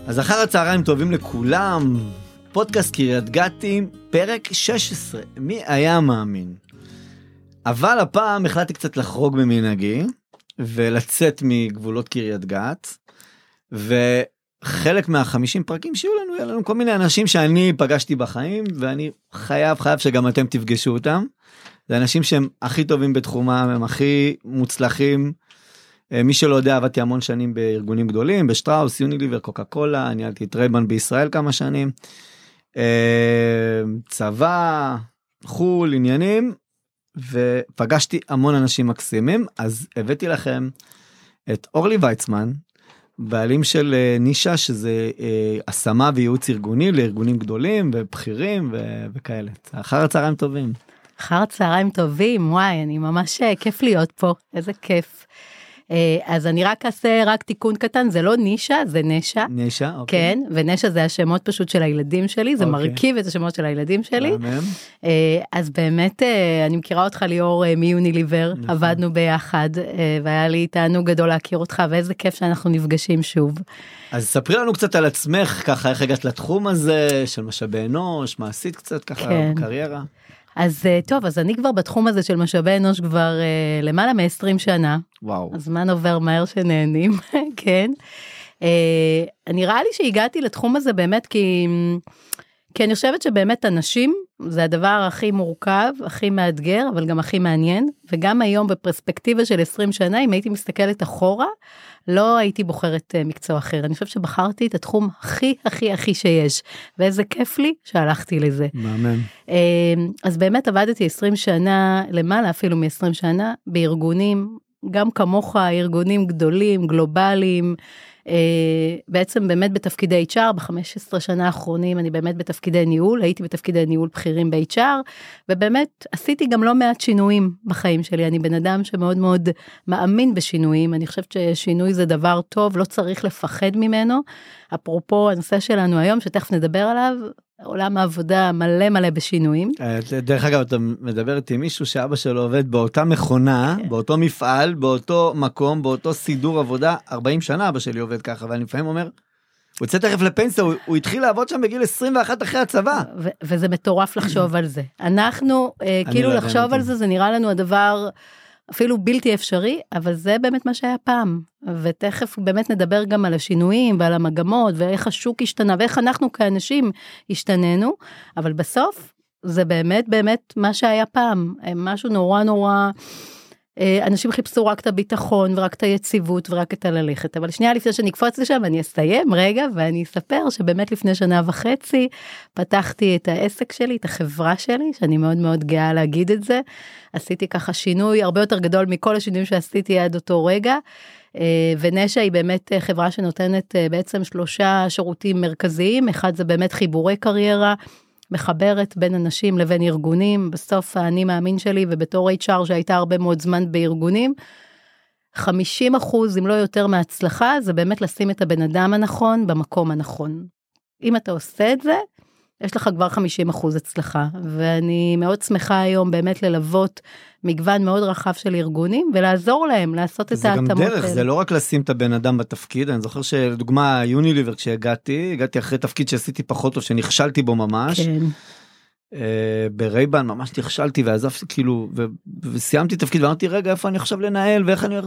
אז אחר הצהריים טובים לכולם, פודקאסט קריית גתי, פרק 16, מי היה מאמין? אבל הפעם החלטתי קצת לחרוג ממנהגי, ולצאת מגבולות קריית גת, וחלק מה50 פרקים שיהיו לנו, יהיו לנו כל מיני אנשים שאני פגשתי בחיים, ואני חייב שגם אתם תפגשו אותם, זה אנשים שהם הכי טובים בתחומם, הם הכי מוצלחים, מי שלא יודע, עבדתי המון שנים בארגונים גדולים, בשטראוס, יוניליבר, קוקה קולה, ניהלתי את רייבן בישראל כמה שנים, צבא, חול, עניינים, ופגשתי המון אנשים מקסימים, אז הבאתי לכם את אורלי ויצמן, בעלים של נישה, שזה השמה וייעוץ ארגוני, לארגונים גדולים ובכירים וכאלה. אחר הצהריים טובים. אחר הצהריים טובים, וואי, אני ממש כיף להיות פה, איזה כיף. אז אני רק אעשה רק תיקון קטן, זה לא נישה, זה נשה. נשה, אוקיי. כן, ונשה זה השמות פשוט של הילדים שלי, זה מרכיב את השמות של הילדים שלי. אז באמת, אני מכירה אותך ליאור מיוניליבר, עבדנו ביחד, והיה לי תענוג גדול להכיר אותך, ואיזה כיף שאנחנו נפגשים שוב. אז ספרי לנו קצת על עצמך, ככה איך הגעת לתחום הזה, של משאבי אנוש, מה עשית קצת ככה בקריירה? אז טוב, אז אני כבר בתחום הזה של משאבי אנוש כבר למעלה מ-20 שנה. וואו. הזמן עובר מהר שנהנים, כן. נראה לי שהגעתי לתחום הזה באמת כי אני חושבת שבאמת אנשים, זה הדבר הכי מורכב, הכי מאתגר, אבל גם הכי מעניין, וגם היום בפרספקטיבה של 20 שנה, אם הייתי מסתכלת אחורה, לא הייתי בוחרת מקצוע אחר. אני חושבת שבחרתי את התחום הכי שיש, ואיזה כיף לי שהלכתי לזה. מאמן. אז באמת עבדתי 20 שנה, למעלה אפילו מ-20 שנה, בארגונים, גם כמוך, ארגונים גדולים, גלובליים, בעצם באמת בתפקידי HR, ב-15 שנה האחרונים אני באמת בתפקידי ניהול, הייתי בתפקידי ניהול בכירים ב-HR, ובאמת עשיתי גם לא מעט שינויים בחיים שלי, אני בן אדם שמאוד מאוד מאמין בשינויים, אני חושבת ששינוי זה דבר טוב, לא צריך לפחד ממנו, אפרופו הנושא שלנו היום, שתכף נדבר עליו, עולם העבודה מלא בשינויים. דרך אגב, אתה מדבר איתי מישהו שאבא שלו עובד באותה מכונה, באותו מפעל, באותו מקום, באותו סידור עבודה, 40 שנה אבא שלי עובד ככה, ואני לפעמים אומר, הוא יצא תכף לפנסיה, הוא התחיל לעבוד שם בגיל 21 אחרי הצבא. וזה מטורף לחשוב על זה. אנחנו, כאילו לחשוב על זה, זה נראה לנו הדבר אפילו בלתי אפשרי, אבל זה באמת מה שהיה פעם, ותכף באמת נדבר גם על השינויים ועל המגמות, ואיך השוק השתנה, ואיך אנחנו כאנשים השתננו, אבל בסוף זה באמת מה שהיה פעם, משהו נורא, אנשים חיפשו רק את הביטחון, ורק את היציבות, ורק את הללכת, אבל שנייה לפני שאני אקפוץ לשם, אני אסיים רגע, ואני אספר שבאמת לפני שנה וחצי, פתחתי את העסק שלי, את החברה שלי, שאני מאוד גאה להגיד את זה, עשיתי ככה שינוי, הרבה יותר גדול מכל השינויים שעשיתי עד אותו רגע, ונשה היא באמת חברה שנותנת בעצם 3 שירותים מרכזיים, אחד זה באמת חיבורי קריירה, מחברת בין אנשים לבין ארגונים, בסוף אני מאמין שלי, ובתור HR שהייתה הרבה מאוד זמן בארגונים, 50% אם לא יותר מההצלחה, זה באמת לשים את הבן אדם הנכון, במקום הנכון. אם אתה עושה את זה, יש לך כבר 50% הצלחה, ואני מאוד שמחה היום באמת ללוות מגוון מאוד רחב של ארגונים, ולעזור להם לעשות את ההתאמות האלה. זה גם דרך, זה לא רק לשים את הבן אדם בתפקיד, אני זוכר שלדוגמה יוניליבר כשהגעתי אחרי תפקיד שעשיתי פחות טוב, שנכשלתי בו ממש, כן. ברייבן ממש נכשלתי ועזבתי כאילו, וסיימתי תפקיד ואמרתי רגע איפה אני עכשיו לנהל ואיך אני...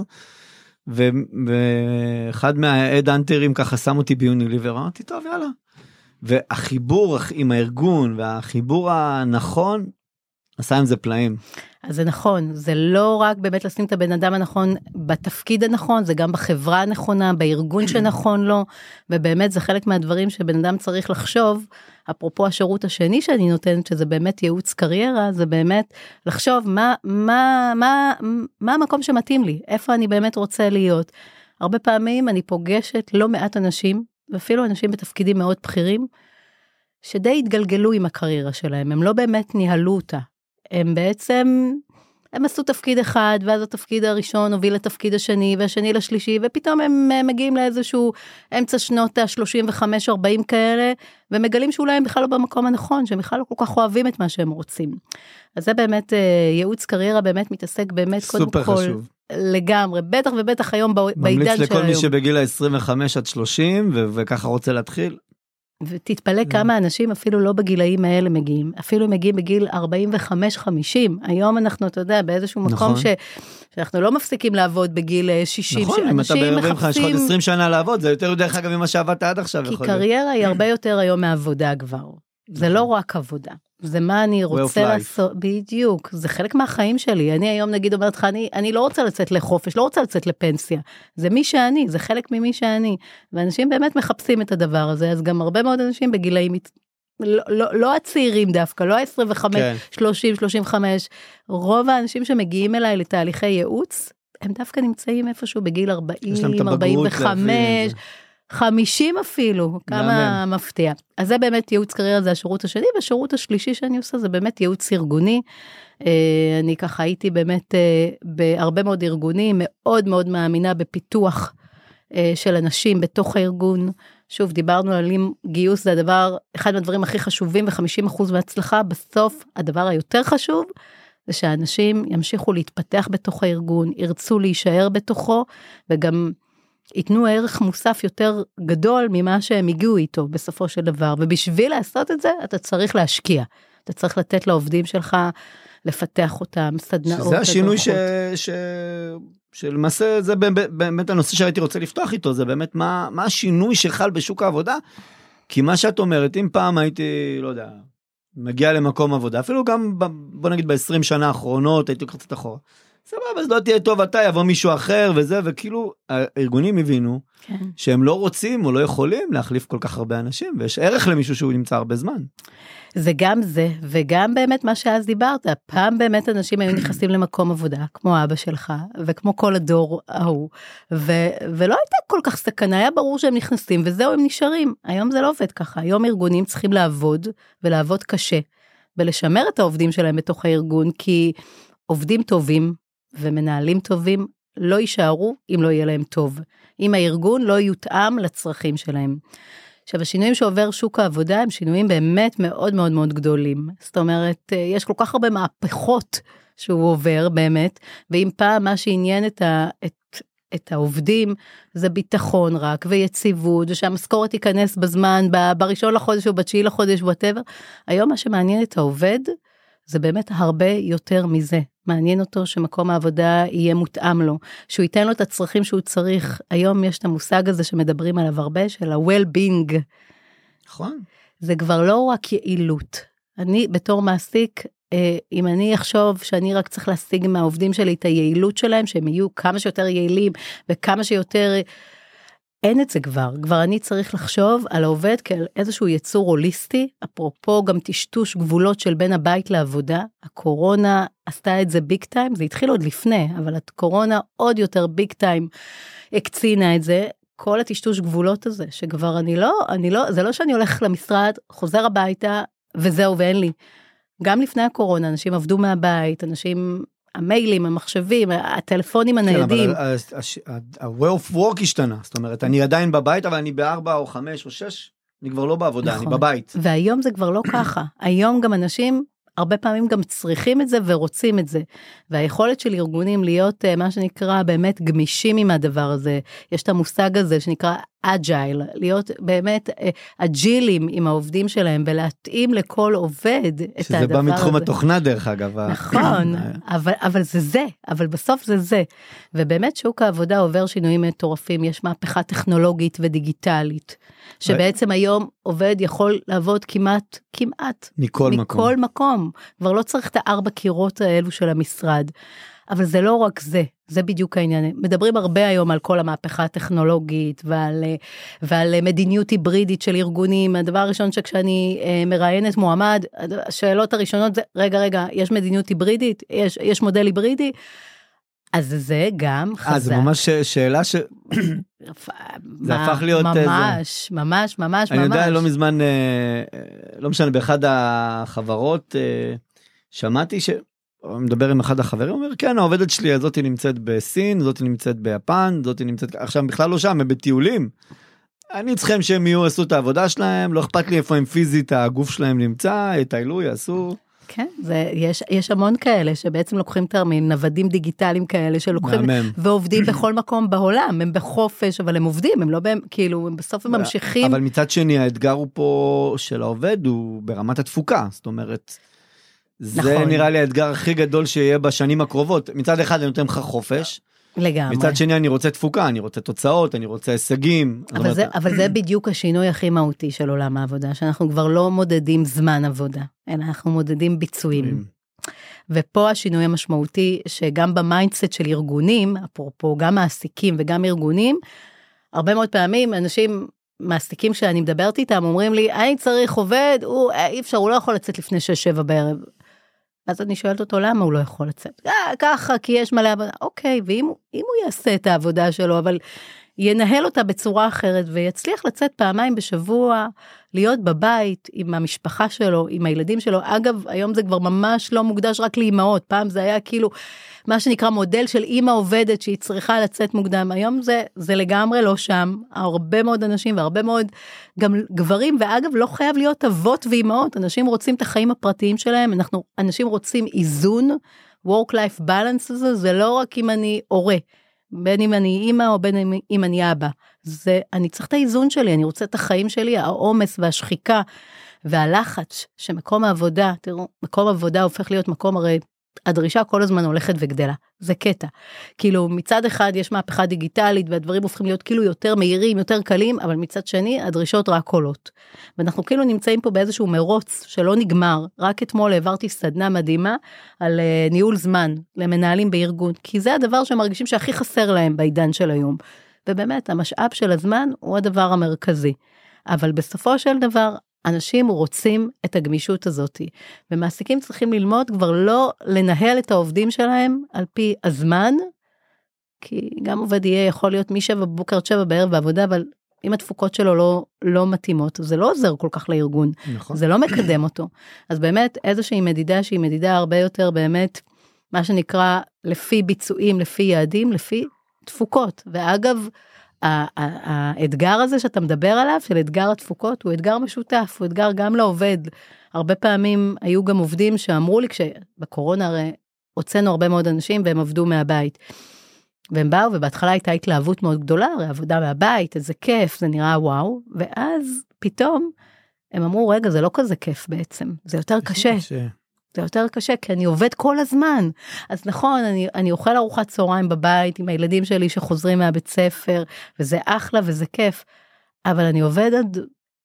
ואחד מההד-אנטרים ככה שם אותי ביוניליבר, אמרתי טוב יאללה. והחיבור עם הארגון והחיבור הנכון עשה עם זה פלאים. אז זה נכון, זה לא רק באמת לשים את הבן אדם הנכון בתפקיד הנכון, זה גם בחברה הנכונה, בארגון שנכון לו, ובאמת זה חלק מהדברים שבן אדם צריך לחשוב, אפרופו השירות השני שאני נותנת, שזה באמת ייעוץ קריירה, זה באמת לחשוב מה המקום שמתאים לי, איפה אני באמת רוצה להיות. הרבה פעמים אני פוגשת לא מעט אנשים, ואפילו אנשים בתפקידים מאוד בכירים, שדי התגלגלו עם הקריירה שלהם, הם לא באמת ניהלו אותה, הם בעצם, הם עשו תפקיד אחד, ואז התפקיד הראשון הוביל לתפקיד השני, והשני לשלישי, ופתאום הם מגיעים לאיזשהו אמצע שנות ה-35-40 כאלה, ומגלים שאולי הם בכלל לא במקום הנכון, שהם בכלל לא כל כך אוהבים את מה שהם רוצים. אז זה באמת, ייעוץ קריירה באמת מתעסק באמת קודם כל, לגמרי, בטח ובטח היום בעידן של היום. ממליץ לכל מי שבגיל ה-25 עד 30, וככה רוצה להתחיל. ותתפלא כמה אנשים אפילו לא בגילאים האלה מגיעים, אפילו מגיעים בגיל 45-50, היום אנחנו, אתה יודע, באיזשהו מקום שאנחנו לא מפסיקים לעבוד בגיל 60, נכון, אם אתה בערבים לך, יש לך עוד 20 שנה לעבוד, זה יותר דרך אגב ממה שעבדת עד עכשיו. כי קריירה היא הרבה יותר היום מעבודה כבר, זה לא רק עבודה, זה מה אני רוצה לעשות, בדיוק, זה חלק מהחיים שלי, אני היום נגיד אומרת לך, אני לא רוצה לצאת לחופש, לא רוצה לצאת לפנסיה, זה מי שאני, זה חלק ממי שאני, ואנשים באמת מחפשים את הדבר הזה, אז גם הרבה מאוד אנשים בגילאים, לא הצעירים דווקא, לא ה-25, 30, 35, רוב האנשים שמגיעים אליי לתהליכי ייעוץ, הם דווקא נמצאים איפשהו בגיל 40, 45, 50 אפילו, כמה מפתיע. אז זה באמת ייעוץ קריירה, זה השירות השני, והשירות השלישי שאני עושה, זה באמת ייעוץ ארגוני. אני ככה הייתי באמת בהרבה מאוד ארגונים, מאוד מאוד מאמינה בפיתוח של אנשים בתוך הארגון. שוב, דיברנו על גיוס, זה הדבר, אחד מהדברים הכי חשובים, ו50% מההצלחה, בסוף הדבר היותר חשוב, זה שאנשים ימשיכו להתפתח בתוך הארגון, ירצו להישאר בתוכו, וגם ייתנו ערך מוסף יותר גדול ממה שהם הגיעו איתו בסופו של דבר, ובשביל לעשות את זה, אתה צריך להשקיע, אתה צריך לתת לעובדים שלך, לפתח אותם, סדנאות. שזה השינוי שלמעשה, זה באמת הנושא שהייתי רוצה לפתוח איתו, זה באמת מה השינוי שחל בשוק העבודה, כי מה שאת אומרת, אם פעם הייתי, לא יודע, מגיע למקום עבודה, אפילו גם, בוא נגיד, ב-20 שנה האחרונות, הייתי קצת אחורה, סבבה, אז לא תהיה טוב אתה, יבוא מישהו אחר וזה, וכאילו הארגונים הבינו שהם לא רוצים או לא יכולים להחליף כל כך הרבה אנשים, ויש ערך למישהו שהוא נמצא הרבה זמן. זה גם זה, וגם באמת מה שאז דיברת, פעם באמת אנשים היו נכנסים למקום עבודה, כמו אבא שלך, וכמו כל הדור ההוא, ולא הייתה כל כך סכנה, היה ברור שהם נכנסים, וזהו, הם נשארים. היום זה לא עובד ככה, היום ארגונים צריכים לעבוד, ולעבוד קשה, ולשמר את העובדים שלהם בתוך הארגון, כי עובדים טובים, ומנהלים טובים, לא יישארו אם לא יהיה להם טוב, אם הארגון לא יותאם לצרכים שלהם. עכשיו, השינויים שעובר שוק העבודה, הם שינויים באמת מאוד מאוד מאוד גדולים, זאת אומרת, יש כל כך הרבה מהפכות שהוא עובר באמת, ואם פעם מה שעניין את העובדים, זה ביטחון רק, ויציבות, ושהמשכורת ייכנס בזמן, בראשון לחודש או בתשיעי לחודש, whatever, היום מה שמעניין את העובד, זה באמת הרבה יותר מזה. מעניין אותו שמקום העבודה יהיה מותאם לו, שהוא ייתן לו את הצרכים שהוא צריך. היום יש את המושג הזה שמדברים עליו הרבה, של ה-well-being. נכון. זה כבר לא רק יעילות. אני בתור מעסיק, אם אני אחשוב שאני רק צריך להשיג מהעובדים שלי את היעילות שלהם, שהם יהיו כמה שיותר יעילים, וכמה שיותר... אין את זה כבר אני צריך לחשוב על העובד כאל איזשהו יצור הוליסטי, אפרופו גם טשטוש גבולות של בין הבית לעבודה, הקורונה עשתה את זה ביג טיים, זה התחיל עוד לפני, אבל הקורונה עוד יותר ביג טיים הקצינה את זה, כל הטשטוש גבולות הזה, שכבר אני לא, זה לא שאני הולך למשרד, חוזר הביתה וזהו ואין לי, גם לפני הקורונה אנשים עבדו מהבית, אנשים... המיילים, המחשבים, הטלפונים הניידים. כן, אבל ה-way of work השתנה, זאת אומרת, אני עדיין בבית, אבל אני ב4 או 5 או 6, אני כבר לא בעבודה, אני בבית. והיום זה כבר לא ככה, היום גם אנשים, הרבה פעמים גם צריכים את זה ורוצים את זה, והיכולת של ארגונים להיות מה שנקרא באמת גמישים עם הדבר הזה, יש את המושג הזה שנקרא אג'ייל, להיות באמת אג'ילים עם העובדים שלהם, ולהתאים לכל עובד את הדבר הזה. שזה בא מתחום התוכנה דרך אגב. נכון, אבל זה, אבל בסוף זה. ובאמת שוק העבודה עובר שינויים מטורפים, יש מהפכה טכנולוגית ודיגיטלית, שבעצם היום עובד יכול לעבוד כמעט מכל מקום, כבר לא צריך את 4 קירות האלו של המשרד, אבל זה לא רק זה בדיוק העניין, מדברים הרבה היום על כל המהפכה הטכנולוגית, ועל מדיניות היברידית של ארגונים, הדבר הראשון שכשאני מראיינת מועמד, השאלות הראשונות זה, רגע, יש מדיניות היברידית, יש מודל היברידי, אז זה גם חזק. זה ממש שאלה ש... זה הפך להיות... ממש. אני יודע, לא מזמן, לא משנה, באחד החברות, שמעתי מדבר עם אחד החברים, אומר, כן, העובדת שלי הזאת נמצאת בסין, זאת נמצאת ביפן, זאת נמצאת, עכשיו בכלל לא שם, הם בטיולים. אני צריכים שהם יעשו את העבודה שלהם, לא אכפת לי איפה הם פיזית, הגוף שלהם נמצא, יטיילו, יעשו. כן, יש המון כאלה שבעצם לוקחים תרמין, נוודים דיגיטליים כאלה שלוקחים ועובדים בכל מקום בעולם, הם בחופש, אבל הם עובדים, הם לא כאילו, בסוף הם ממשיכים. אבל מצד שני, האתגר הוא פה של העובד, הוא ברמת התפוקה, זאת אומרת, זה נראה לי האתגר הכי גדול שיהיה בשנים הקרובות, מצד אחד אני נותן לך חופש, לגמרי. מצד שני אני רוצה תפוקה, אני רוצה תוצאות, אני רוצה הישגים. אבל זה בדיוק השינוי הכי מהותי של עולם העבודה, שאנחנו כבר לא מודדים זמן עבודה, אלא אנחנו מודדים ביצועים. ופה השינוי המשמעותי, שגם במיינדסט של ארגונים, אפרופו גם מעסיקים וגם ארגונים, הרבה מאוד פעמים אנשים מעסיקים שאני מדברת איתם, אומרים לי, אני צריך עובד, אי אפשר, הוא לא יכול לצאת לפני 6-7 בערב. אז אני שואלת אותו למה הוא לא יכול לצאת. ככה, כי יש מלא עבודה. אוקיי, ואם הוא יעשה את העבודה שלו, אבל ינהל אותה בצורה אחרת, ויצליח לצאת פעמיים בשבוע, להיות בבית עם המשפחה שלו, עם הילדים שלו. אגב, היום זה כבר ממש לא מוקדש רק לאמהות. פעם זה היה כאילו, מה שנקרא מודל של אמא עובדת, שהיא צריכה לצאת מוקדם. היום זה לגמרי לא שם. הרבה מאוד אנשים, והרבה מאוד גם גברים, ואגב, לא חייב להיות אבות ואמהות. אנשים רוצים את החיים הפרטיים שלהם, אנשים רוצים איזון, work-life balance הזה, זה לא רק אם אני הורה, בין אם אני אימא או בין אם אני אבא. אני צריך את האיזון שלי, אני רוצה את החיים שלי, העומס והשחיקה והלחץ שמקום העבודה, תראו, מקום העבודה הופך להיות מקום, הרי הדרישה כל הזמן הולכת וגדלה, זה קטע. כאילו מצד אחד יש מהפכה דיגיטלית והדברים הופכים להיות כאילו יותר מהירים, יותר קלים, אבל מצד שני הדרישות רק עולות. ואנחנו כאילו נמצאים פה באיזשהו מרוץ שלא נגמר, רק אתמול העברתי סדנה מדהימה על ניהול זמן למנהלים בארגון, כי זה הדבר שמרגישים שהכי חסר להם בעידן של היום. ובאמת המשאב של הזמן הוא הדבר המרכזי. אבל בסופו של דבר אנשים רוצים את הגמישות הזאת, ומעסיקים צריכים ללמוד כבר לא לנהל את העובדים שלהם על פי הזמן, כי גם עובד יהיה יכול להיות מ7 בבוקר עד 7 בערב בעבודה, אבל אם התפוקות שלו לא מתאימות, זה לא עוזר כל כך לארגון, נכון. זה לא מקדם אותו. אז באמת איזושהי מדידה שהיא מדידה הרבה יותר באמת, מה שנקרא לפי ביצועים, לפי יעדים, לפי תפוקות. ואגב, האתגר הזה שאתה מדבר עליו, של אתגר התפוקות, הוא אתגר משותף, הוא אתגר גם לעובד. הרבה פעמים היו גם עובדים שאמרו לי, כשבקורונה הרי הוצאנו הרבה מאוד אנשים, והם עבדו מהבית. והם באו, ובהתחלה הייתה התלהבות מאוד גדולה, הרי עבודה מהבית, איזה כיף, זה נראה וואו, ואז פתאום הם אמרו, רגע, זה לא כזה כיף בעצם, זה יותר קשה. זה יותר קשה, כי אני עובד כל הזמן. אז נכון, אני אוכל ארוחת צהריים בבית, עם הילדים שלי שחוזרים מהבית ספר, וזה אחלה וזה כיף, אבל אני עובד עד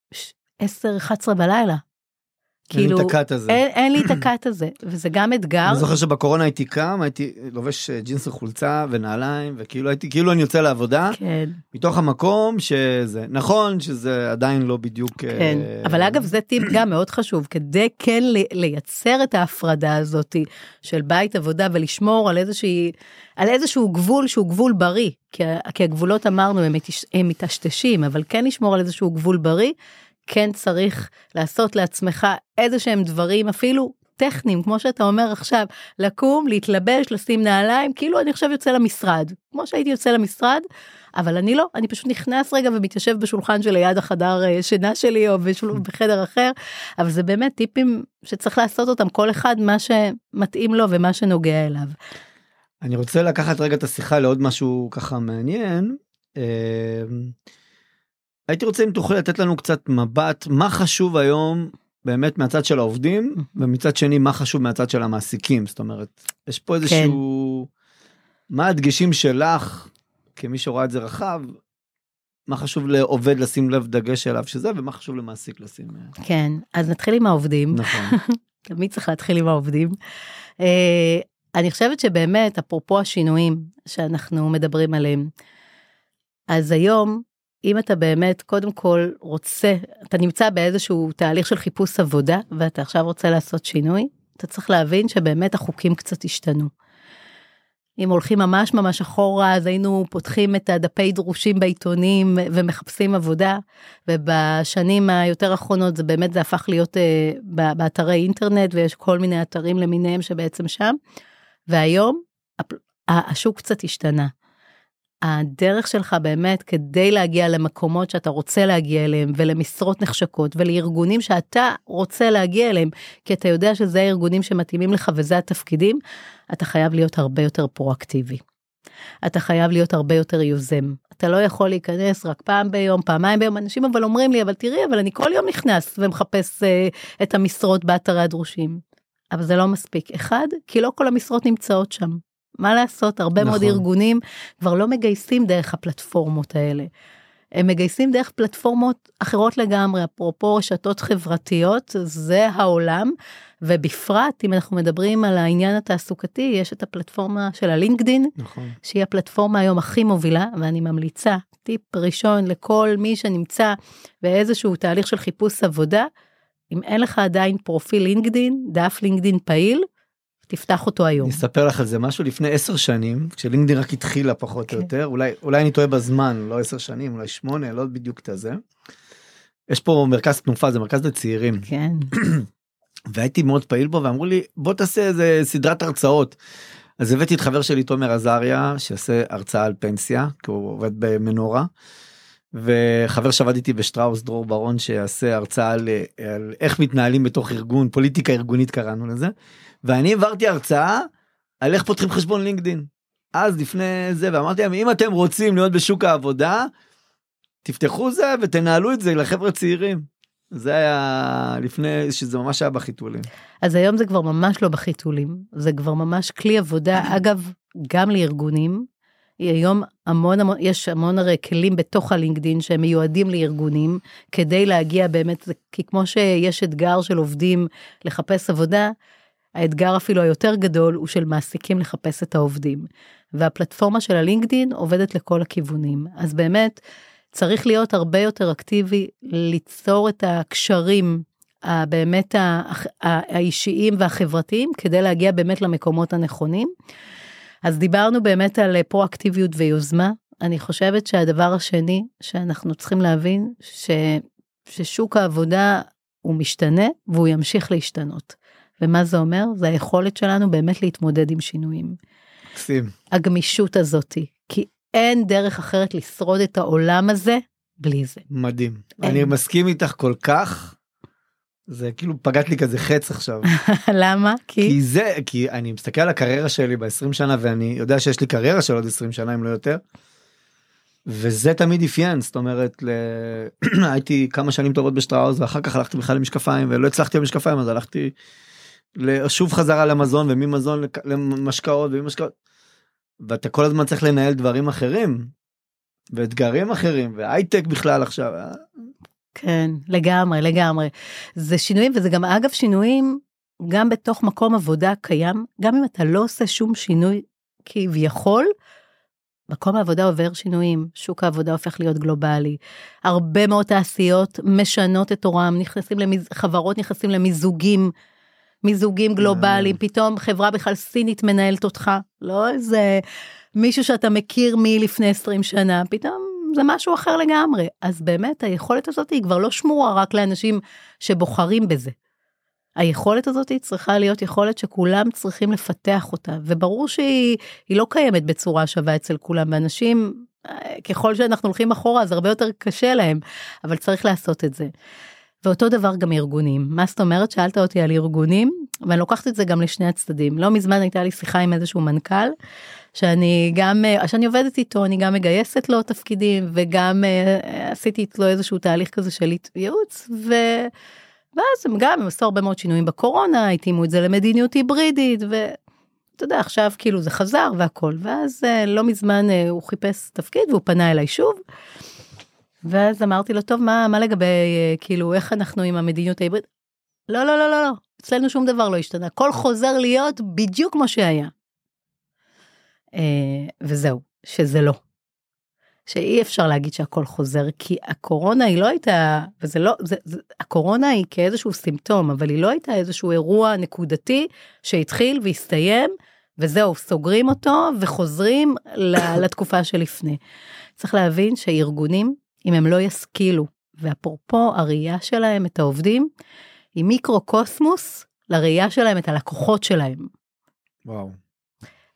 10-11 בלילה. אין לי את הקאט הזה. אין לי את הקאט הזה, וזה גם אתגר. אני זוכר שבקורונה הייתי קם, הייתי לובש ג'ינס וחולצה ונעליים, וכאילו אני יוצא לעבודה, מתוך המקום שזה, נכון שזה עדיין לא בדיוק. כן, אבל אגב זה טיפ גם מאוד חשוב, כדי כן לייצר את ההפרדה הזאת של בית עבודה, ולשמור על איזשהו גבול שהוא גבול בריא, כי הגבולות אמרנו הם מתשתשים, אבל כן לשמור על איזשהו גבול בריא, כן צריך לעשות לעצמך איזה שהם דברים, אפילו טכניים, כמו שאתה אומר עכשיו, לקום, להתלבש, לשים נעליים, כאילו אני עכשיו יוצא למשרד, כמו שהייתי יוצא למשרד, אבל אני לא, אני פשוט נכנס רגע ומתיישב בשולחן שליד החדר שינה שלי, או בחדר אחר, אבל זה באמת טיפים שצריך לעשות אותם, כל אחד מה שמתאים לו ומה שנוגע אליו. אני רוצה לקחת רגע את השיחה לעוד משהו ככה מעניין, הייתי רוצה אם תוכל לתת לנו קצת מבט, מה חשוב היום באמת מהצד של העובדים, ומצד שני מה חשוב מהצד של המעסיקים, זאת אומרת, יש פה איזשהו, מה הדגשים שלך, כמי שרואה את זה רחב, מה חשוב לעובד לשים לב דגש אליו שזה, ומה חשוב למעסיק לשים. כן, אז נתחיל עם העובדים. נכון. תמיד צריך להתחיל עם העובדים. אני חושבת שבאמת, אפרופו השינויים שאנחנו מדברים עליהם, אז היום, אם אתה באמת קודם כל רוצה, אתה נמצא באיזשהו תהליך של חיפוש עבודה, ואתה עכשיו רוצה לעשות שינוי, אתה צריך להבין שבאמת החוקים קצת השתנו. אם הולכים ממש ממש אחורה, אז היינו פותחים את הדפי דרושים בעיתונים ומחפשים עבודה, ובשנים היותר האחרונות זה באמת זה הפך להיות באתרי אינטרנט, ויש כל מיני אתרים למיניהם שבעצם שם, והיום השוק קצת השתנה. הדרך שלך באמת כדי להגיע למקומות שאתה רוצה להגיע אליהם, ולמשרות נחשקות, ולארגונים שאתה רוצה להגיע אליהם, כי אתה יודע שזה הארגונים שמתאימים לך וזה התפקידים, אתה חייב להיות הרבה יותר פרואקטיבי. אתה חייב להיות הרבה יותר יוזם. אתה לא יכול להיכנס רק פעם ביום, פעמיים ביום. אנשים אבל אומרים לי, אבל תראי, אבל אני כל יום נכנס ומחפש את המשרות באתרי הדרושים. אבל זה לא מספיק. אחד, כי לא כל המשרות נמצאות שם. מה לעשות? הרבה מאוד ארגונים כבר לא מגייסים דרך הפלטפורמות האלה. הם מגייסים דרך פלטפורמות אחרות לגמרי, אפרופו רשתות חברתיות, זה העולם, ובפרט אם אנחנו מדברים על העניין התעסוקתי, יש את הפלטפורמה של הלינקדין, שהיא הפלטפורמה היום הכי מובילה, ואני ממליצה, טיפ ראשון לכל מי שנמצא באיזשהו תהליך של חיפוש עבודה, אם אין לך עדיין פרופיל לינקדין, דף לינקדין פעיל, תפתח אותו היום. אני אספר לך על זה משהו לפני 10 שנים, כשלינקדין רק התחילה פחות או יותר, אולי אני טועה בזמן, לא 10 שנים, אולי 8, לא בדיוק את זה. יש פה מרכז תנופה, זה מרכז לצעירים. כן. והייתי מאוד פעיל בו, ואמרו לי, בוא תעשה איזה סדרת הרצאות. אז הבאתי את חבר שלי, תומר עזריה, שיעשה הרצאה על פנסיה, כי הוא עובד במנורה, וחבר שעבד איתי בשטראוס, דרור ברון, שיעשה הרצאה על איך מתנהלים בתוך ארגון, פוליטיקה ארגונית קראנו לזה, ואני עברתי הרצאה על איך פותחים חשבון לינקדין. אז לפני זה, ואמרתי להם, אם אתם רוצים להיות בשוק העבודה, תפתחו זה ותנהלו את זה לחבר'ה צעירים. זה היה לפני שזה ממש היה בחיתולים. אז היום זה כבר ממש לא בחיתולים, זה כבר ממש כלי עבודה, אגב, גם לארגונים, היום יש המון הרי כלים בתוך הלינקדין שהם מיועדים לארגונים, כדי להגיע באמת, כי כמו שיש אתגר של עובדים לחפש עבודה, האתגר אפילו היותר גדול הוא של מעסיקים לחפש את העובדים. והפלטפורמה של הלינקדין עובדת לכל הכיוונים. אז באמת צריך להיות הרבה יותר אקטיבי, ליצור את הקשרים באמת האישיים והחברתיים, כדי להגיע באמת למקומות הנכונים. אז דיברנו באמת על פרואקטיביות ויוזמה. אני חושבת שהדבר השני שאנחנו צריכים להבין, ששוק העבודה הוא משתנה והוא ימשיך להשתנות. ומה זה אומר? זה היכולת שלנו באמת להתמודד עם שינויים. מקסים. הגמישות הזאת, כי אין דרך אחרת לשרוד את העולם הזה בלי זה. מדהים. אני מסכים איתך כל כך, זה כאילו פגעת לי כזה חץ עכשיו. למה? כי אני מסתכל על הקריירה שלי ב-20 שנה, ואני יודע שיש לי קריירה של עוד 20 שנה, אם לא יותר, וזה תמיד אפיין, זאת אומרת, הייתי כמה שנים טובות בשטראוס, ואחר כך הלכתי בכלל למשקפיים, ולא הצלחתי במשקפיים, אז הלכתי שוב חזרה למזון, וממזון למשקאות, וממשקאות, ואתה כל הזמן צריך לנהל דברים אחרים, ואתגרים אחרים, והייטק בכלל עכשיו. כן, לגמרי, לגמרי. זה שינויים, וזה גם אגב שינויים, גם בתוך מקום עבודה קיים, גם אם אתה לא עושה שום שינוי כביכול, מקום העבודה עובר שינויים, שוק העבודה הופך להיות גלובלי, הרבה מאוד תעשיות משנות את תורם, חברות נכנסים מיזוגים גלובליים, פתאום חברה בכלל סינית מנהלת אותך, לא איזה מישהו שאתה מכיר מלפני 20 שנה, פתאום זה משהו אחר לגמרי. אז באמת היכולת הזאת היא כבר לא שמורה רק לאנשים שבוחרים בזה. היכולת הזאת היא צריכה להיות יכולת שכולם צריכים לפתח אותה, וברור שהיא לא קיימת בצורה שווה אצל כולם, ואנשים, ככל שאנחנו הולכים אחורה, אז הרבה יותר קשה להם, אבל צריך לעשות את זה. ואותו דבר גם ארגונים. מה זאת אומרת? שאלת אותי על ארגונים, ואני לוקחת את זה גם לשני הצדדים. לא מזמן הייתה לי שיחה עם איזשהו מנכ"ל, שאני עובדת איתו, אני גם מגייסת לו תפקידים, וגם עשיתי איתו איזשהו תהליך כזה של ייעוץ, ואז הם גם עשו הרבה מאוד שינויים בקורונה, התאימו את זה למדיניות היברידית, ואתה יודע, עכשיו כאילו זה חזר והכל, ואז לא מזמן הוא חיפש תפקיד, והוא פנה אליי שוב, ואז אמרתי לו, טוב, מה לגבי, כאילו, איך אנחנו עם המדיניות ההיברידית? לא, לא, לא, לא, לא, אצלנו שום דבר לא השתנה, הכל חוזר להיות בדיוק כמו שהיה. וזהו, שזה לא. שאי אפשר להגיד שהכל חוזר, כי הקורונה היא לא הייתה, וזה לא, הקורונה היא כאיזשהו סימפטום, אבל היא לא הייתה איזשהו אירוע נקודתי, שהתחיל והסתיים, וזהו, סוגרים אותו, וחוזרים לתקופה שלפני. צריך להבין שארגונים, אם הם לא ישכילו, ואפרופו הראייה שלהם את העובדים, היא מיקרו-קוסמוס, לראייה שלהם את הלקוחות שלהם. וואו.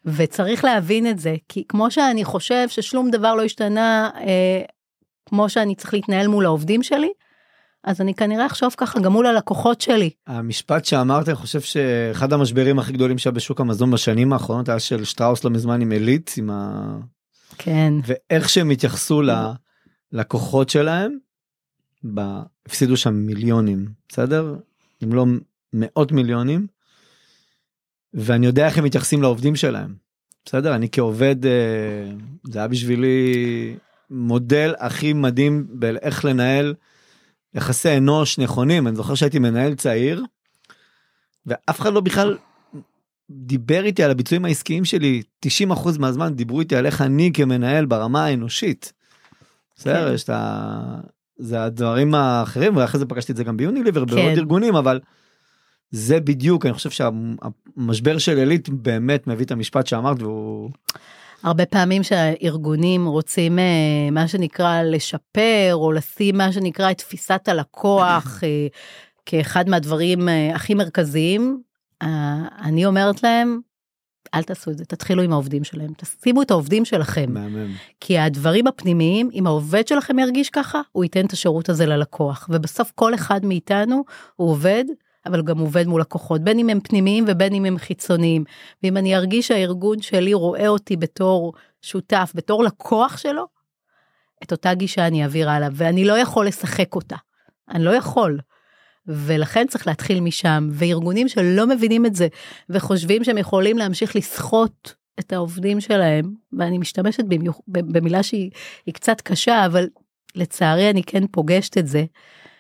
וצריך להבין את זה, כי כמו שאני חושב ששלום דבר לא השתנה, כמו שאני צריך להתנהל מול העובדים שלי, אז אני כנראה אחשוב ככה גם מול הלקוחות שלי. המשפט שאמרת, אני חושב שאחד המשברים הכי גדולים שהיה בשוק המזון בשנים האחרונות, היה של שטראוס לא מזמן עם אלית, עם כן. ואיך שהם התייחסו ללקוחות שלהם, הפסידו שם מיליונים, בסדר? אם לא מאות מיליונים, ואני יודע איך הם מתייחסים לעובדים שלהם, בסדר? אני כעובד, זה היה בשבילי מודל הכי מדהים באיך לנהל יחסי אנוש נכונים. אני זוכר שהייתי מנהל צעיר, ואף אחד לא בכלל דיבר איתי על הביצועים העסקיים שלי, 90% מהזמן דיברו איתי על איך אני כמנהל ברמה האנושית. בסדר, יש זה הדברים האחרים, ואחרי זה פגשתי את זה גם ביוניליבר, בעוד ארגונים, אבל זה בדיוק, אני חושב שהמשבר של אלית באמת מביא את המשפט שאמרת, והוא... הרבה פעמים שהארגונים רוצים מה שנקרא לשפר, או לשים מה שנקרא את תפיסת הלקוח, כאחד מהדברים הכי מרכזיים, אני אומרת להם, אל תעשו את זה, תתחילו עם העובדים שלהם, תשימו את העובדים שלכם, כי הדברים הפנימיים, אם העובד שלכם ירגיש ככה, הוא ייתן את השירות הזה ללקוח, ובסוף כל אחד מאיתנו הוא עובד, אבל גם עובד מול לקוחות, בין אם הם פנימיים ובין אם הם חיצוניים, ואם אני ארגיש שהארגון שלי רואה אותי בתור שותף, בתור לקוח שלו, את אותה גישה אני אעביר עליו, ואני לא יכול לשחק אותה, אני לא יכול, ולכן צריך להתחיל משם, וארגונים שלא מבינים את זה, וחושבים שהם יכולים להמשיך לסחוט את העובדים שלהם, ואני משתמשת במילה שהיא קצת קשה, אבל לצערי אני כן פוגשת את זה,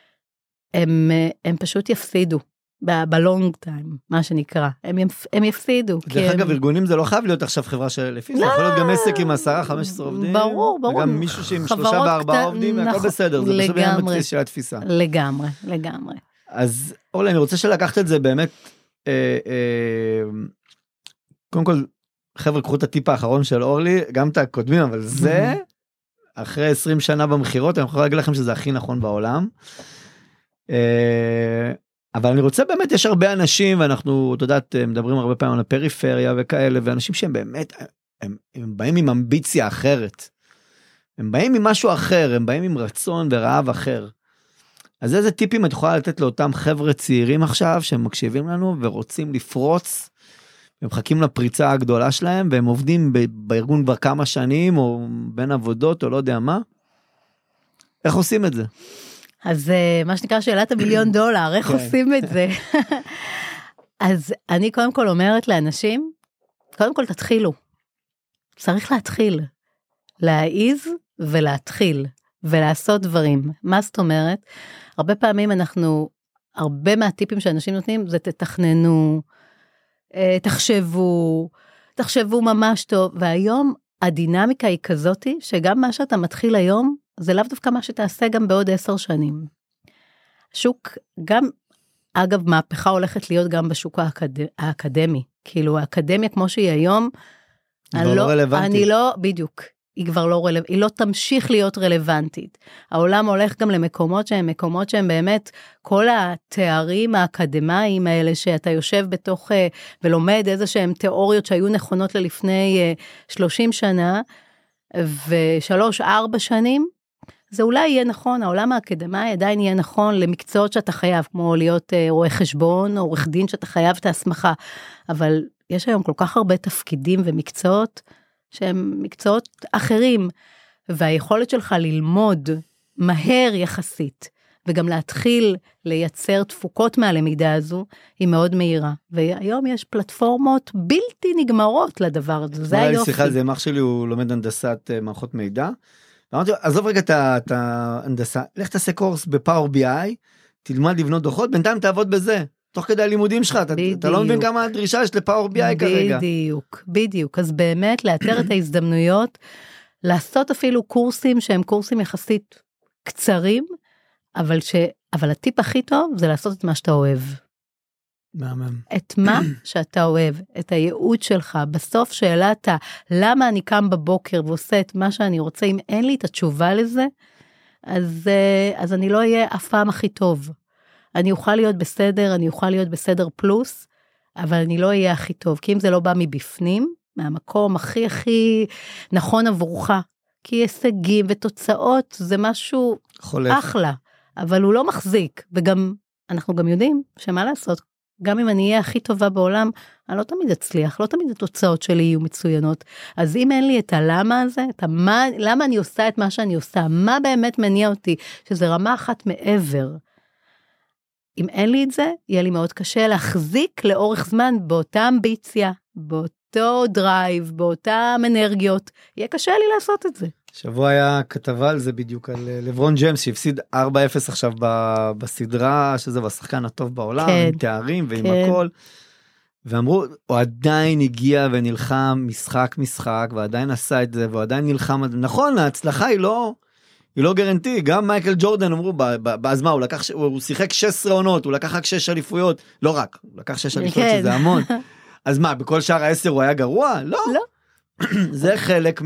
הם פשוט יפסידו, בלונג טיים, מה שנקרא, הם יפסידו. דרך אגב, ארגונים זה לא חייב להיות עכשיו חברה שלפי, זה יכול להיות גם עסק עם 10-15 עובדים, ברור, וגם מישהו שעם 3-4 עובדים, הכל בסדר, זה פשוט באמת של התפיסה. לגמרי, לגמרי. אז אורלי, אני רוצה שלקחת את זה באמת, קודם כל, חבר'ה, קחו את הטיפ האחרון של אורלי, גם את הקודמים, אבל זה, אחרי 20 שנה במחירות, אני יכול להגיד לכם שזה הכי נכון בעולם, אבל אני רוצה באמת, יש הרבה אנשים, ואנחנו, אתה יודעת, מדברים הרבה פעמים על הפריפריה וכאלה, ואנשים שהם באמת, הם באים עם אמביציה אחרת, הם באים עם משהו אחר, הם באים עם רצון ורעב אחר, אז איזה טיפים את יכולה לתת לאותם חבר'ה צעירים עכשיו, שהם מקשיבים לנו ורוצים לפרוץ, הם מחכים לפריצה הגדולה שלהם, והם עובדים בארגון כבר כמה שנים, או בין עבודות, או לא יודע מה, איך עושים את זה? אז מה שנקרא שאלת $1,000,000, איך עושים את זה? אז אני קודם כל אומרת לאנשים, קודם כל תתחילו, צריך להתחיל, להעיז ולהתחיל, ולעשות דברים. מה זאת אומרת? הרבה פעמים הרבה מהטיפים שאנשים נותנים, זה תתכננו, תחשבו ממש טוב, והיום הדינמיקה היא כזאת, שגם מה שאתה מתחיל היום, זה לאו דווקא מה שתעשה גם בעוד 10 שנים. השוק, גם, אגב, מהפכה הולכת להיות גם בשוק האקדמי, כאילו האקדמיה כמו שהיא היום, אני לא, בדיוק, היא לא תמשיך להיות רלוונטית. העולם הולך גם למקומות שהם באמת, כל התארים האקדמיים האלה, שאתה יושב בתוך, ולומד איזה שהם תיאוריות שהיו נכונות ללפני 30 שנה, ו3-4 שנים, זה אולי יהיה נכון, העולם האקדמי עדיין יהיה נכון למקצועות שאתה חייב, כמו להיות רואה חשבון, או עורך דין שאתה חייב את ההסמכה, אבל יש היום כל כך הרבה תפקידים ומקצועות, שהם מקצועות אחרים, והיכולת שלך ללמוד מהר יחסית, וגם להתחיל לייצר תפוקות מהלמידה הזו, היא מאוד מהירה, והיום יש פלטפורמות בלתי נגמרות לדבר הזה, זה היופי. סליחה, זה אח שלי, הוא לומד הנדסת מערכות מידע, ואמרתי, עזוב רגע את ההנדסה, לך תעשה קורס בפאור בי-איי, תלמד לבנות דוחות, בינתיים תעבוד בזה, תוך כדי הלימודים שלך, אתה לא מבין כמה הדרישה יש לפאור בי-איי כרגע. בדיוק, אז באמת לאתר את ההזדמנויות, לעשות אפילו קורסים שהם קורסים יחסית קצרים, אבל הטיפ הכי טוב זה לעשות את מה שאתה אוהב. מהמם. את מה שאתה אוהב, את הייעוד שלך, בסוף שאלת למה אני קם בבוקר ועושה את מה שאני רוצה, אם אין לי את התשובה לזה, אז אני לא אהיה אף פעם הכי טוב. אני אוכל להיות בסדר, אני אוכל להיות בסדר פלוס, אבל אני לא אהיה הכי טוב, כי אם זה לא בא מבפנים, מהמקום הכי הכי נכון עבורך, כי הישגים ותוצאות זה משהו חולף. אחלה, אבל הוא לא מחזיק, וגם אנחנו גם יודעים שמה לעשות, גם אם אני אהיה הכי טובה בעולם, אני לא תמיד אצליח, לא תמיד התוצאות שלי יהיו מצוינות, אז אם אין לי את הלמה הזה, את המה, למה אני עושה את מה שאני עושה, מה באמת מניע אותי, שזה רמה אחת מעבר, אם אין לי את זה, יהיה לי מאוד קשה להחזיק לאורך זמן באותה אמביציה, באותו דרייב, באותם אנרגיות, יהיה קשה לי לעשות את זה. שבוע היה כתבה על זה בדיוק, על לברון ג'יימס, שהפסיד 4-0 עכשיו בסדרה, שזה השחקן הטוב בעולם, כן. עם תארים ועם כן. הכל, ואמרו, הוא עדיין הגיע ונלחם משחק, ועדיין עשה את זה, והוא עדיין נלחם, נכון, ההצלחה היא לא גרנטי, גם מייקל ג'ורדן אמרו, אז מה, הוא שיחק 16 עונות, הוא לקח רק 6 אליפויות, לא רק, הוא לקח 6 אליפויות כן. שזה המון, אז מה, בכל שאר 10 הוא היה גרוע? לא. זה חלק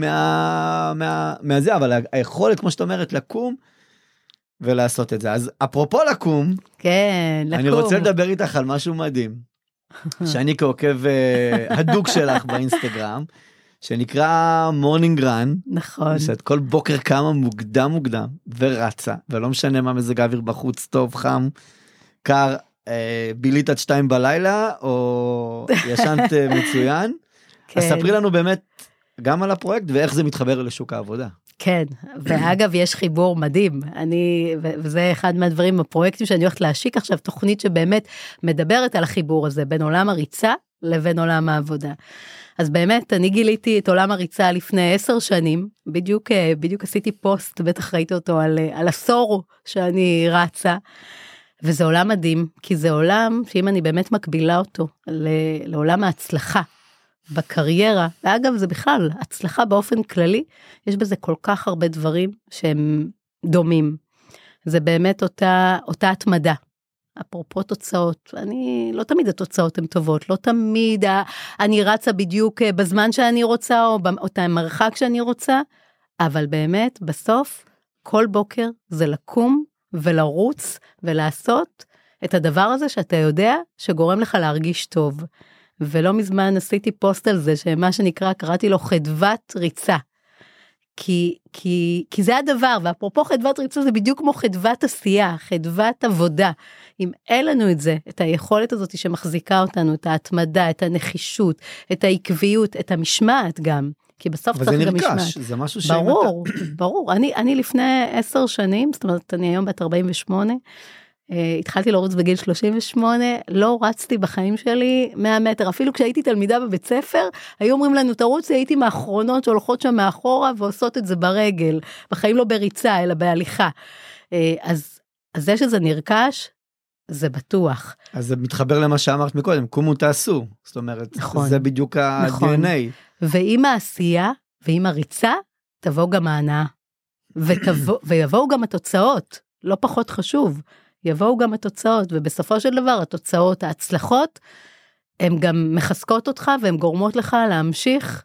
מהזה, אבל היכולת, כמו שאת אומרת, לקום ולעשות את זה. אז אפרופו לקום, כן, לקום. אני רוצה לדבר איתך על משהו מדהים, שאני כעוקב הדוק שלך באינסטגרם, שנקרא מורנינג רן. נכון. שאת כל בוקר קמה מוקדם ורצה, ולא משנה מה מזג האוויר בחוץ, טוב, חם, קר, בילית עד 2 בלילה, או ישנת מצוין. כן. אז ספרי לנו באמת גם על הפרויקט, ואיך זה מתחבר לשוק העבודה. כן, ואגב יש חיבור מדהים, וזה אחד מהדברים, הפרויקטים שאני הולכת להשיק עכשיו, תוכנית שבאמת מדברת על החיבור הזה, בין עולם הריצה לבין עולם העבודה. אז באמת אני גיליתי את עולם הריצה לפני 10 שנים, בדיוק עשיתי פוסט, בטח ראיתי אותו על עשור שאני רצה, וזה עולם מדהים, כי זה עולם שאם אני באמת מקבילה אותו לעולם ההצלחה, בקריירה, ואגב זה בכלל, הצלחה באופן כללי, יש בזה כל כך הרבה דברים שהם דומים. זה באמת אותה התמדה. אפרופו תוצאות, לא תמיד התוצאות הן טובות, לא תמיד אני רצה בדיוק בזמן שאני רוצה, או באותה מרחק שאני רוצה, אבל באמת בסוף, כל בוקר זה לקום ולרוץ ולעשות את הדבר הזה שאתה יודע שגורם לך להרגיש טוב. ולא מזמן עשיתי פוסט על זה, שמה שנקרא, קראתי לו חדוות ריצה. כי זה הדבר, ואפרופו חדוות ריצה, זה בדיוק כמו חדוות עשייה, חדוות עבודה. אם אין לנו את זה, את היכולת הזאת שמחזיקה אותנו, את ההתמדה, את הנחישות, את העקביות, את המשמעת גם, כי בסוף צריך גם משמעת. וזה נרכש, זה משהו ש... ברור. אני לפני 10 שנים, זאת אומרת, אני היום בת 48, התחלתי לרוץ בגיל 38, לא רצתי בחיים שלי 100 מטר, אפילו כשהייתי תלמידה בבית ספר, היו אומרים לנו תרוץ, הייתי מאחרונות שהולכות שם מאחורה ועושות את זה ברגל, בחיים לא בריצה אלא בהליכה, אז זה שזה נרכש, זה בטוח. אז זה מתחבר למה שאמרת מקודם, קומו תעשו, זאת אומרת, נכון, זה בדיוק ה-DNA. ועם העשייה, ועם הריצה, תבוא גם ההנאה, ויבואו גם התוצאות, לא פחות חשוב, יבואו גם התוצאות, ובסופו של דבר התוצאות, ההצלחות, הן גם מחזקות אותך, והן גורמות לך להמשיך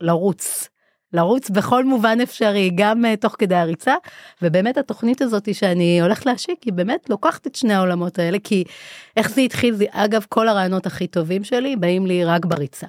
לרוץ בכל מובן אפשרי, גם תוך כדי הריצה, ובאמת התוכנית הזאת שאני הולכת להשיק, היא באמת לוקחת את שני העולמות האלה, כי איך זה התחיל, אגב, כל הרעיונות הכי טובים שלי, באים לי רק בריצה.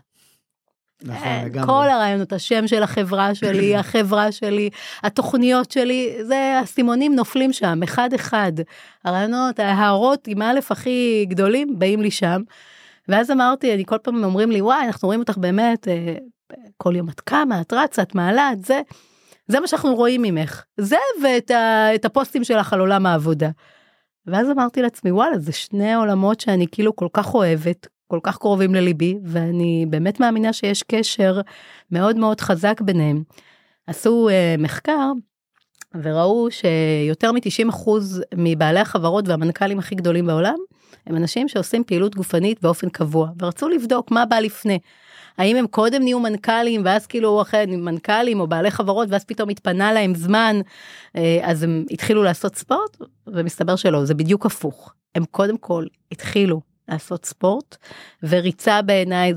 נכון, כל הרעיונות, השם של החברה שלי, החברה שלי, התוכניות שלי, זה הסימונים נופלים שם, אחד אחד, הרעיונות, ההערות עם א' הכי גדולים, באים לי שם, ואז אמרתי, אני כל פעם אומרים לי, וואי, אנחנו רואים אותך באמת, כל יום את קמה, את רצה, את מעלה, זה מה שאנחנו רואים ממך, זה ואת הפוסטים שלך על עולם העבודה, ואז אמרתי לעצמי, וואלה, זה שני עולמות שאני כאילו כל כך אוהבת, כל כך קרובים לליבי, ואני באמת מאמינה שיש קשר מאוד מאוד חזק ביניהם. עשו מחקר, וראו שיותר מ-90% מבעלי החברות והמנכ"לים הכי גדולים בעולם, הם אנשים שעושים פעילות גופנית באופן קבוע, ורצו לבדוק מה בא לפני. האם הם קודם נהיו מנכ"לים, ואז כאילו אחרי מנכ"לים או בעלי חברות, ואז פתאום התפנה להם זמן, אז הם התחילו לעשות ספורט, ומסתבר שלא, זה בדיוק הפוך. הם קודם כל התחילו לעשות ספורט, וריצה בעיניי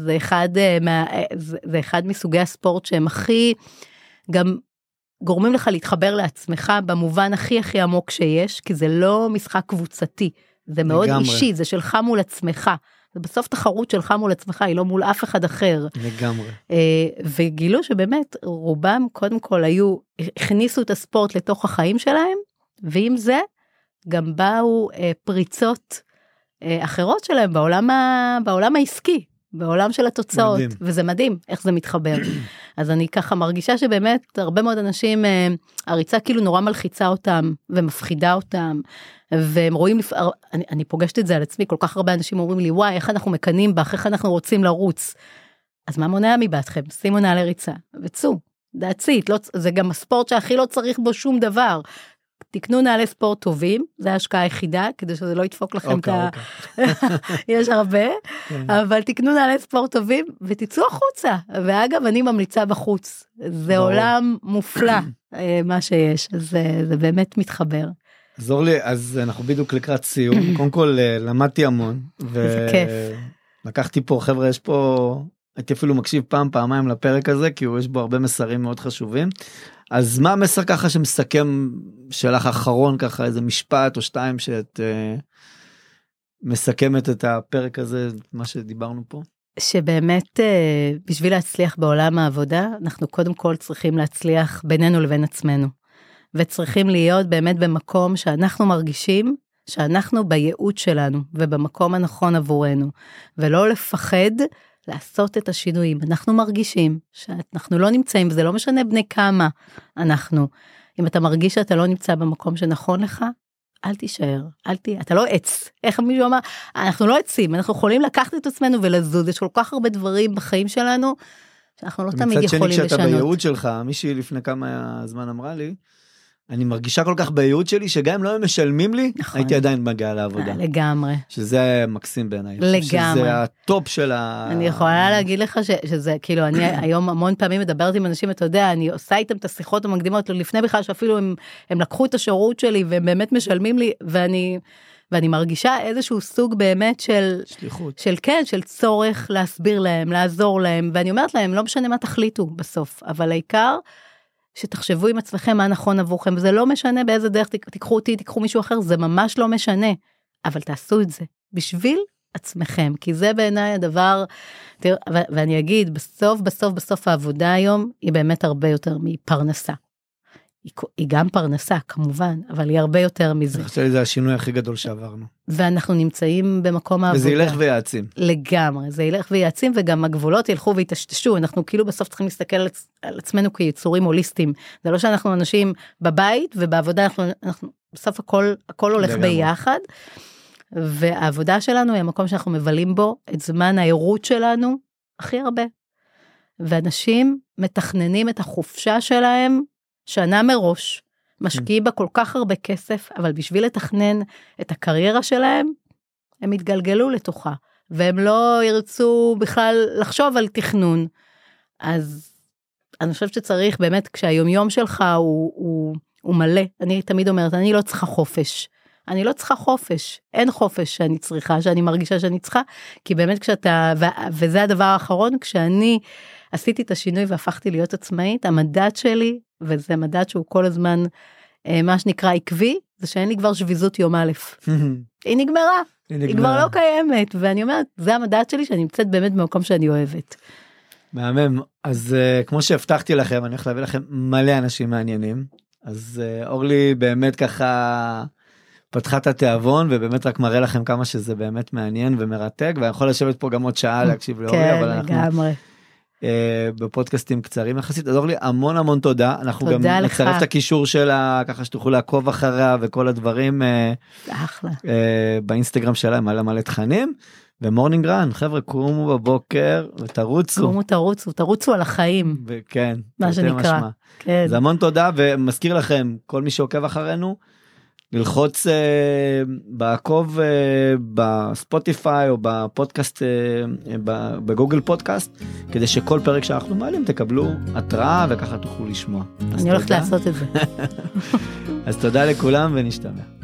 זה אחד מסוגי הספורט שהם הכי, גם גורמים לך להתחבר לעצמך במובן הכי הכי עמוק שיש, כי זה לא משחק קבוצתי, זה מאוד לגמרי. אישי, זה שלך מול עצמך, זה בסוף תחרות שלך מול עצמך, היא לא מול אף אחד אחר. לגמרי. וגילו שבאמת רובם קודם כל הכניסו את הספורט לתוך החיים שלהם, ועם זה גם באו פריצות אחרות שלהם בעולם העסקי, בעולם של התוצאות, מדהים. וזה מדהים איך זה מתחבר. אז אני ככה מרגישה שבאמת הרבה מאוד אנשים, הריצה כאילו נורא מלחיצה אותם, ומפחידה אותם, והם רואים, אני פוגשת את זה על עצמי, כל כך הרבה אנשים אומרים לי, וואי, איך אנחנו מקנים בך, איך אנחנו רוצים לרוץ. אז מה מונע מבעתכם? שימו נעלי ריצה, וצאו, דעצית, זה גם הספורט שהכי לא צריך בו שום דבר. תקנו נעלי ספורט טובים, זה ההשקעה היחידה, כדי שזה לא ידפוק לכם את ה... יש הרבה, אבל תקנו נעלי ספורט טובים, ותצאו החוצה. ואגב, אני ממליצה בחוץ. זה עולם מופלא, מה שיש. זה באמת מתחבר. אז אורלי, אז אנחנו בדיוק לקראת סיום. קודם כל, למדתי המון. זה כיף. לקחתי פה, חבר'ה, יש פה... הייתי אפילו מקשיב פעמיים לפרק הזה, כי יש בו הרבה מסרים מאוד חשובים. אז מה המסר ככה שמסכם שלך אחרון, ככה איזה משפט או שתיים שאת מסכמת את הפרק הזה, מה שדיברנו פה? שבאמת בשביל להצליח בעולם העבודה, אנחנו קודם כל צריכים להצליח בינינו לבין עצמנו. וצריכים להיות באמת במקום שאנחנו מרגישים, שאנחנו בייעוד שלנו, ובמקום הנכון עבורנו. ולא לפחד לעשות את השינויים. אנחנו מרגישים שאנחנו לא נמצאים, וזה לא משנה בני כמה אנחנו. אם אתה מרגיש שאתה לא נמצא במקום שנכון לך, אל תישאר, אתה לא עץ. איך מישהו אמר, אנחנו לא עצים, אנחנו יכולים לקחת את עצמנו ולזוז, יש כל כך הרבה דברים בחיים שלנו, שאנחנו לא תמיד יכולים לשנות. מצד שני, כשאתה בייעוד שלך, מישהי לפני כמה זמן אמרה לי, אני מרגישה כל כך בייעוד שלי, שגם אם לא הם משלמים לי, נכון. הייתי עדיין מגיע לעבודה. לגמרי. שזה מקסים בעיניי. לגמרי. שזה הטופ של אני יכולה להגיד לך שזה, כאילו, אני היום המון פעמים מדברת עם אנשים, אתה יודע, אני עושה איתם את השיחות המקדימות, לפני בכלל שאפילו הם לקחו את השירות שלי, והם באמת משלמים לי, ואני מרגישה איזשהו סוג באמת של... שליחות. של צורך להסביר להם, לעזור להם, ואני אומרת להם, לא משנה מה תחליטו בסוף, אבל העיקר שתחשבו עם עצמכם מה נכון עבורכם, וזה לא משנה באיזה דרך, תיקחו אותי, תיקחו מישהו אחר, זה ממש לא משנה, אבל תעשו את זה, בשביל עצמכם, כי זה בעיניי הדבר, ואני אגיד, בסוף העבודה היום, היא באמת הרבה יותר מפרנסה. היא גם פרנסה, כמובן, אבל היא הרבה יותר מזה. אני חושב שזה השינוי הכי גדול שעברנו. ואנחנו נמצאים במקום העבודה. וזה ילך ויעצים. לגמרי, זה ילך ויעצים, וגם הגבולות ילכו ויתשתשו, אנחנו כאילו בסוף צריכים להסתכל על עצמנו כיצורים הוליסטיים. זה לא שאנחנו אנשים בבית, ובעבודה אנחנו בסוף הכל הולך ביחד, והעבודה שלנו היא המקום שאנחנו מבלים בו, את זמן העירות שלנו, הכי הרבה. ואנשים מתכננים את החופשה שלהם, שנה מראש, משקיעים בה כל כך הרבה כסף, אבל בשביל לתכנן את הקריירה שלהם, הם יתגלגלו לתוכה, והם לא ירצו בכלל לחשוב על תכנון. אז אני חושבת שצריך באמת, כשהיומיום שלך הוא מלא, אני תמיד אומרת, אני לא צריכה חופש. אני לא צריכה חופש, אין חופש שאני צריכה, שאני מרגישה שאני צריכה, כי באמת כשאתה, וזה הדבר האחרון, כשאני עשיתי את השינוי והפכתי להיות עצמאית, המדד שלי, וזה מדד שהוא כל הזמן, מה שנקרא עקבי, זה שאין לי כבר שביזות יום א'. היא נגמרה, היא כבר לא קיימת, ואני אומרת, זה המדד שלי, שאני נמצאת באמת במקום שאני אוהבת. מהמם, אז כמו שהבטחתי לכם, אני הולך להביא לכם מלא אנשים מעניינים, אז אורלי באמת ככה פתחה את התיאבון, ובאמת רק מראה לכם כמה שזה באמת מעניין ומרתק, ואני יכול לשבת פה גם עוד שעה להקשיב לאורלי, אבל אנחנו... לגמרי. בפודקאסטים קצרים יחסית. אז אורלי, המון תודה. אנחנו גם נצרף את הקישור שלה, ככה שתוכלו לעקוב אחריה וכל הדברים באינסטגרם שלה, מלא תכנים. ומורנינג רן, חבר'ה, קומו בבוקר ותרוצו. תרוצו על החיים. כן, מה שנקרא. אז המון תודה, ומזכיר לכם, כל מי שעוקב אחרינו, ללחוץ בעקוב בספוטיפיי או בפודקאסט, בגוגל פודקאסט, כדי שכל פרק שאנחנו מעלים תקבלו התראה וככה תוכלו לשמוע. אני הולכת לעשות את זה. אז תודה לכולם ונשתמע.